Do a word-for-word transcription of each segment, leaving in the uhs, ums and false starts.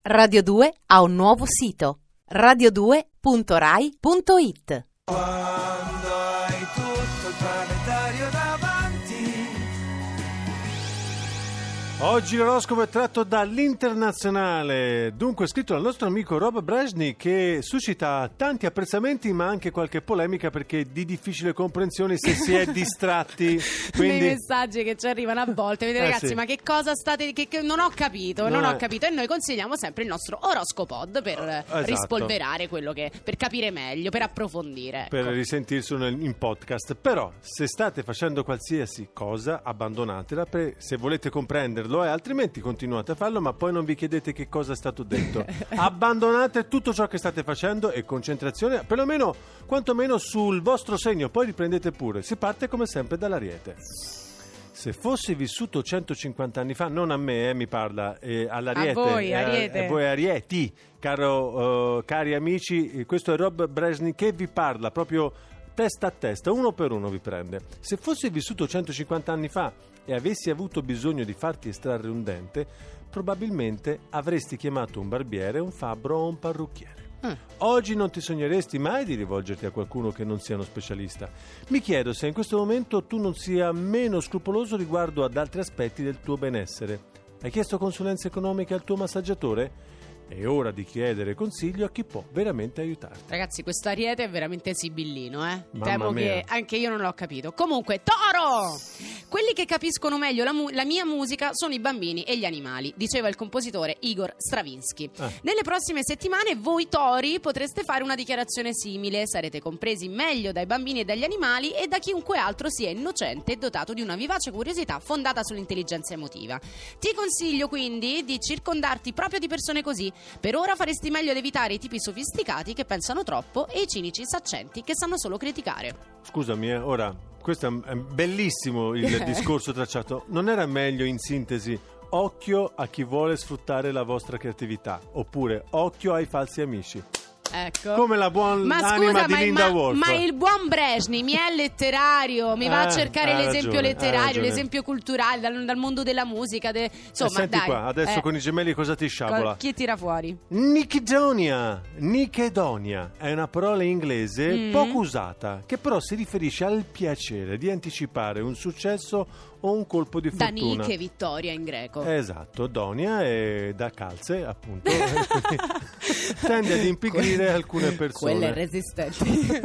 Radio due ha un nuovo sito: radio due punto rai punto it. Quando hai tutto il planetario davanti. Oggi l'oroscopo è tratto dall'Internazionale, dunque scritto dal nostro amico Rob Brezhnev, che suscita tanti apprezzamenti ma anche qualche polemica perché è di difficile comprensione se si è distratti. Quindi... Nei messaggi che ci arrivano a volte, vedete, Eh, ragazzi, sì. ma che cosa state, che, che non ho capito, No, non ho eh. capito, e noi consigliamo sempre il nostro oroscopod per eh, Esatto. rispolverare quello che, per capire meglio, per approfondire, ecco. per risentirselo nel- in podcast. Però se state facendo qualsiasi cosa, abbandonatela per- se volete comprenderlo, e altrimenti continuate a farlo, ma poi non vi chiedete che cosa è stato detto. Abbandonate tutto ciò che state facendo e concentrazione perlomeno quantomeno sul vostro segno, poi riprendete pure. Si parte come sempre dall'Ariete. Se fossi vissuto centocinquanta anni fa, non a me, eh, mi parla, eh, all'Ariete, A voi, eh, Ariete. a voi Arieti, caro, eh, cari amici, eh, questo è Rob Brezhnev che vi parla proprio testa a testa, uno per uno vi prende. Se fossi vissuto centocinquanta anni fa e avessi avuto bisogno di farti estrarre un dente, probabilmente avresti chiamato un barbiere, un fabbro o un parrucchiere. Mm. Oggi non ti sogneresti mai di rivolgerti a qualcuno che non sia uno specialista. Mi chiedo se in questo momento tu non sia meno scrupoloso riguardo ad altri aspetti del tuo benessere. Hai chiesto consulenze economiche al tuo massaggiatore? È ora di chiedere consiglio a chi può veramente aiutarti. Ragazzi, questo Ariete è veramente sibillino, eh? Mamma Temo mia. che anche io non l'ho capito. Comunque, Toro! Quelli che capiscono meglio la, mu- la mia musica sono i bambini e gli animali, diceva il compositore Igor Stravinsky. Ah. Nelle prossime settimane voi Tori potreste fare una dichiarazione simile. Sarete compresi meglio dai bambini e dagli animali e da chiunque altro sia innocente e dotato di una vivace curiosità fondata sull'intelligenza emotiva. Ti consiglio quindi di circondarti proprio di persone così. Per ora faresti meglio ad evitare i tipi sofisticati che pensano troppo e i cinici saccenti che sanno solo criticare. Scusami, eh, ora, questo è un- è bellissimo il discorso tracciato. Non era meglio in sintesi occhio a chi vuole sfruttare la vostra creatività, oppure occhio ai falsi amici? Ecco. Come la buona Ma anima scusa, di ma, Linda ma, Wolf. ma il buon Brezhnev mi è letterario, mi va a Eh, cercare hai l'esempio ragione, hai letterario, ragione. l'esempio culturale dal, dal mondo della musica. de- Eh, Insomma, senti dai. qua, adesso eh, con i gemelli cosa ti sciabola? co- Chi tira fuori? Nichedonia, Nichedonia è una parola inglese Mm. poco usata, che però si riferisce al piacere di anticipare un successo o un colpo di Da fortuna. Nike vittoria in greco. Esatto, Donia è da calze, appunto, e quindi tende ad impigrire alcune persone. Quella è resistente.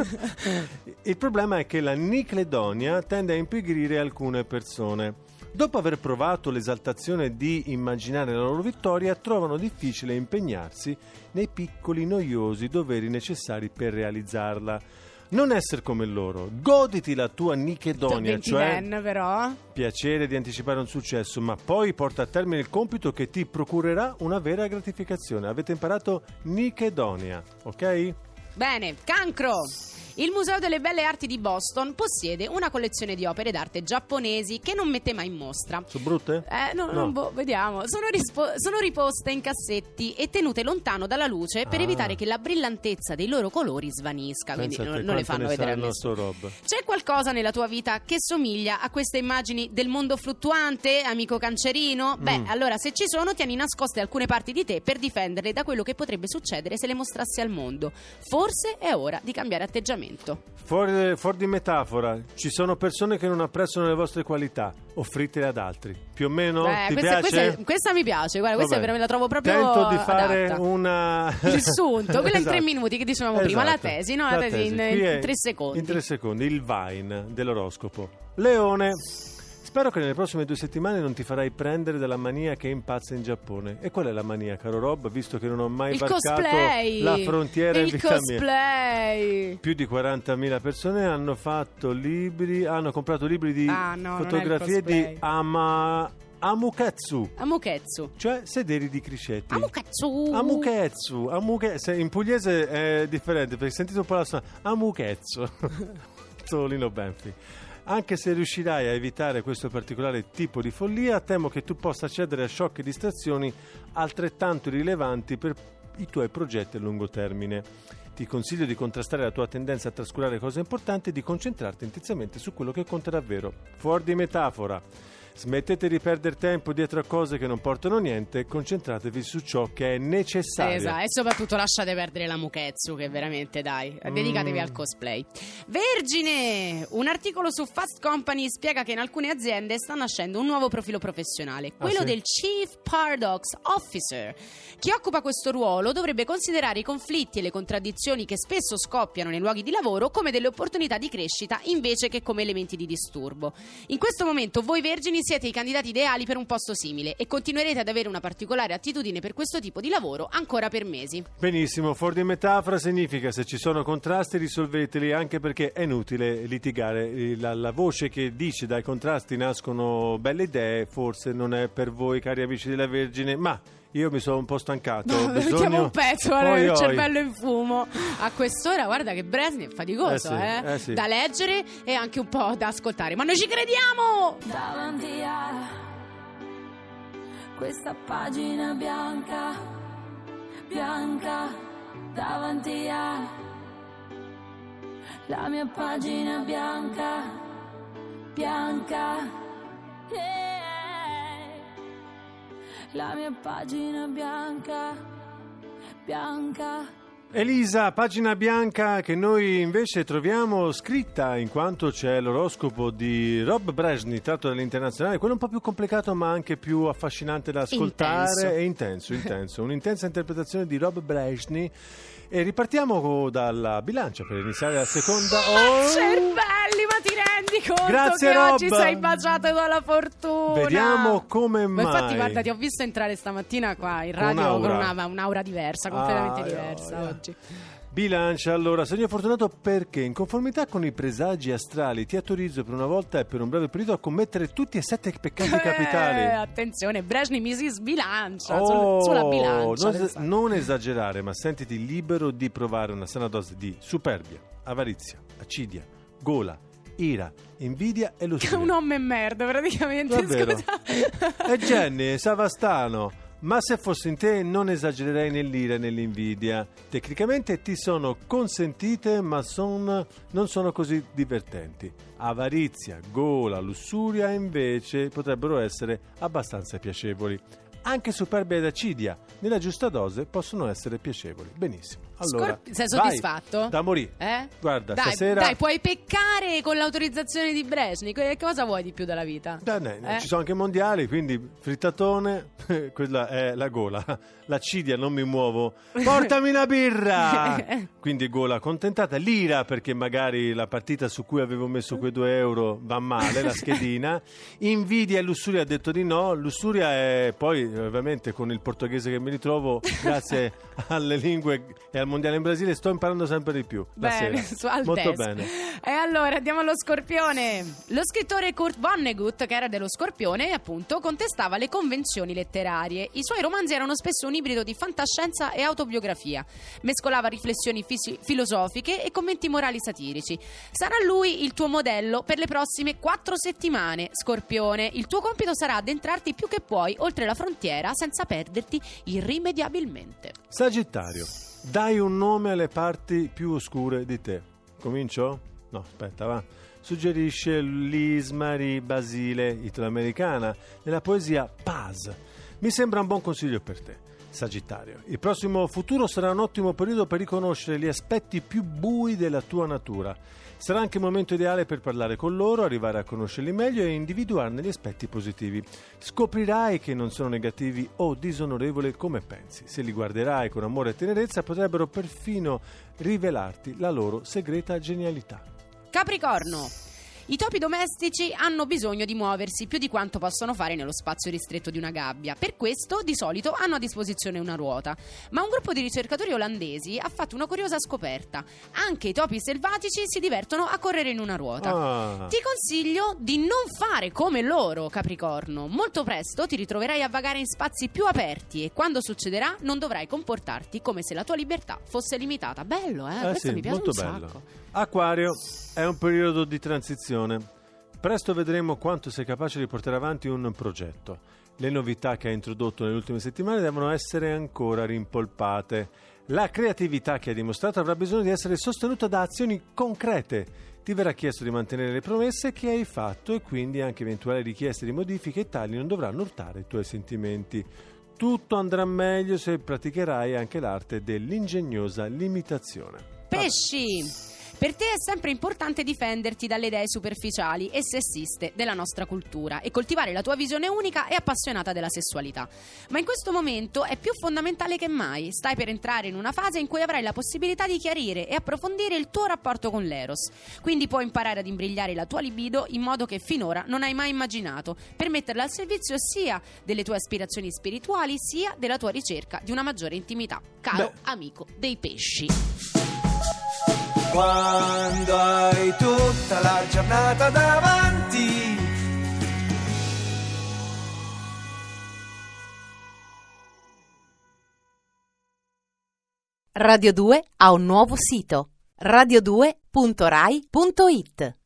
Il problema è che la nicledonia tende a impigrire alcune persone. Dopo aver provato l'esaltazione di immaginare la loro vittoria, trovano difficile impegnarsi nei piccoli noiosi doveri necessari per realizzarla. Non essere come loro, goditi la tua nichedonia, cioè ventienne però. piacere di anticipare un successo, ma poi porta a termine il compito che ti procurerà una vera gratificazione. Avete imparato nichedonia, ok? Bene, Cancro. Il Museo delle Belle Arti di Boston possiede una collezione di opere d'arte giapponesi che non mette mai in mostra. Sono brutte? Eh, no, No. non boh, vediamo. Sono, rispo- sono riposte in cassetti e tenute lontano dalla luce per Ah. evitare che la brillantezza dei loro colori svanisca. Quindi Pensa a non, te non le quanto fanno ne sa vedere a il nessuno. nostro Rob. C'è qualcosa nella tua vita che somiglia a queste immagini del mondo fluttuante, amico cancerino? Beh, Mm. allora se ci sono, tieni nascoste alcune parti di te per difenderle da quello che potrebbe succedere se le mostrassi al mondo. Forse è ora di cambiare atteggiamento. Fuori, fuori di metafora, ci sono persone che non apprezzano le vostre qualità, offritele ad altri. Più o meno? Beh, Ti questa, piace? questa, questa mi piace, guarda, questa Vabbè. è veramente la trovo proprio Tento di fare adatta. una... Riassunto, quella in Esatto. tre minuti che dicevamo prima, la Esatto. tesi, no? La tesi in- Qui in è tre secondi. In tre secondi, il Vine dell'oroscopo. Leone, spero che nelle prossime due settimane non ti farai prendere dalla mania che impazza in Giappone. E qual è la mania, caro Rob, visto che non ho mai Il varcato cosplay! la frontiera in Il vita mia? cosplay! Più di quarantamila persone hanno fatto libri, hanno comprato libri di Ah, no, non è il fotografie cosplay. di Ama, Amuketsu, Amuketsu. cioè sederi di Criscetti. Amuketsu! Amuketsu, Amuke- se in pugliese è differente perché sentite un po' la sua Amuketsu. Solino Benfi. Anche se riuscirai a evitare questo particolare tipo di follia, temo che tu possa accedere a shock e distrazioni altrettanto rilevanti per i tuoi progetti a lungo termine. Ti consiglio di contrastare la tua tendenza a trascurare cose importanti e di concentrarti intensamente su quello che conta davvero. Fuori di metafora. Smettete di perdere tempo dietro a cose che non portano niente e concentratevi su ciò che è necessario. Esatto, e soprattutto lasciate perdere la Muketsu, che veramente, dai, dedicatevi Mm. al cosplay. Vergine! Un articolo su Fast Company spiega che in alcune aziende sta nascendo un nuovo profilo professionale, quello sì? del Chief Paradox Officer. Chi occupa questo ruolo dovrebbe considerare i conflitti e le contraddizioni che spesso scoppiano nei luoghi di lavoro come delle opportunità di crescita invece che come elementi di disturbo. In questo momento voi vergini siete i candidati ideali per un posto simile e continuerete ad avere una particolare attitudine per questo tipo di lavoro ancora per mesi. Benissimo, fuori di metafora significa se ci sono contrasti risolveteli, anche perché è inutile litigare. La, la voce che dice dai contrasti nascono belle idee forse non è per voi, cari amici della Vergine, ma io mi sono un po' stancato. Ho bisogno... Mettiamo un pezzo, guarda, Oi, il oi. cervello in fumo. A quest'ora guarda che Brezhnev è faticoso, Eh sì, eh? eh sì. Da leggere e anche un po' da ascoltare. Ma noi ci crediamo! Davanti a questa pagina bianca, bianca, davanti a la mia pagina bianca, bianca, yeah. La mia pagina bianca, bianca. Elisa, pagina bianca che noi invece troviamo scritta in quanto c'è l'oroscopo di Rob Brezhnev tratto dall'Internazionale, quello un po' più complicato ma anche più affascinante da ascoltare Intenso. e intenso, intenso, un'intensa interpretazione di Rob Brezhnev. E ripartiamo dalla bilancia per iniziare la seconda. Oh! Cervelli, ma ti rendi conto Grazie, che Rob. oggi sei baciato dalla fortuna? Vediamo come Ma mai. infatti guarda, ti ho visto entrare stamattina qua in Con radio con, un'aura. una, un'aura diversa, completamente Ah, diversa ah, ah. oggi. Bilancia, allora, segno fortunato perché in conformità con i presagi astrali ti autorizzo per una volta e per un breve periodo a commettere tutti e sette i peccati Eh, capitali. attenzione, Brezhnev mi si sbilancia Oh, sul- sulla bilancia. non, es- pensate. non esagerare, ma sentiti libero di provare una sana dose di superbia, avarizia, acidia, gola, ira, invidia e lussuria. Un uomo e merda, praticamente. Davvero? Scusa. E Jenny, Savastano, ma se fossi in te non esagererei nell'ira e nell'invidia. Tecnicamente ti sono consentite, ma son- non sono così divertenti. Avarizia, gola, lussuria invece potrebbero essere abbastanza piacevoli. Anche superbia ed acidia, nella giusta dose, possono essere piacevoli. Benissimo. Allora, Scorp- sei vai, soddisfatto? da morì. Eh? Guarda, dai, stasera... dai, puoi peccare con l'autorizzazione di Brezhnev. Che cosa vuoi di più dalla vita? Beh, ne- Eh? Ci sono anche mondiali, quindi frittatone, quella è la gola. L'acidia, non mi muovo. Portami una birra! Quindi gola accontentata. L'ira, perché magari la partita su cui avevo messo quei due euro va male, la schedina. Invidia e lussuria ha detto di no. Lussuria è poi, ovviamente, con il portoghese che mi ritrovo, grazie alle lingue e al mondiale in Brasile, sto imparando sempre di più. La Bene, sera. su- al Molto test. bene. E allora andiamo allo Scorpione. Lo scrittore Kurt Vonnegut, che era dello Scorpione, appunto, contestava le convenzioni letterarie. I suoi romanzi erano spesso un ibrido di fantascienza e autobiografia. Mescolava riflessioni fisi- filosofiche e commenti morali satirici. Sarà lui il tuo modello per le prossime quattro settimane, Scorpione. Il tuo compito sarà addentrarti più che puoi oltre la frontiera senza perderti irrimediabilmente. Sagittario, dai un nome alle parti più oscure di te. Comincio? No, aspetta, va. Suggerisce Lise Marie Basile, italoamericana, nella poesia Paz. Mi sembra un buon consiglio per te, Sagittario. Il prossimo futuro sarà un ottimo periodo per riconoscere gli aspetti più bui della tua natura. Sarà anche il momento ideale per parlare con loro, arrivare a conoscerli meglio e individuarne gli aspetti positivi. Scoprirai che non sono negativi o disonorevoli come pensi. Se li guarderai con amore e tenerezza, potrebbero perfino rivelarti la loro segreta genialità. Capricorno. I topi domestici hanno bisogno di muoversi più di quanto possono fare nello spazio ristretto di una gabbia. Per questo, di solito, hanno a disposizione una ruota. Ma un gruppo di ricercatori olandesi ha fatto una curiosa scoperta. Anche i topi selvatici si divertono a correre in una ruota. Ah. Ti consiglio di non fare come loro, Capricorno. Molto presto ti ritroverai a vagare in spazi più aperti e quando succederà non dovrai comportarti come se la tua libertà fosse limitata. Bello, eh? Eh Questo sì, mi piace molto un bello. sacco. Acquario, è un periodo di transizione. Presto vedremo quanto sei capace di portare avanti un progetto. Le novità che ha introdotto nelle ultime settimane devono essere ancora rimpolpate. La creatività che ha dimostrato avrà bisogno di essere sostenuta da azioni concrete. Ti verrà chiesto di mantenere le promesse che hai fatto e quindi anche eventuali richieste di modifiche e tagli non dovranno urtare i tuoi sentimenti. Tutto andrà meglio se praticherai anche l'arte dell'ingegnosa limitazione. Pesci! Per te è sempre importante difenderti dalle idee superficiali e sessiste della nostra cultura e coltivare la tua visione unica e appassionata della sessualità. Ma in questo momento è più fondamentale che mai. Stai per entrare in una fase in cui avrai la possibilità di chiarire e approfondire il tuo rapporto con l'Eros. Quindi puoi imparare ad imbrigliare la tua libido in modo che finora non hai mai immaginato, per metterla al servizio sia delle tue aspirazioni spirituali sia della tua ricerca di una maggiore intimità. Caro Beh. amico dei pesci. Quando hai tutta la giornata davanti, Radio due ha un nuovo sito: radio due punto rai punto it.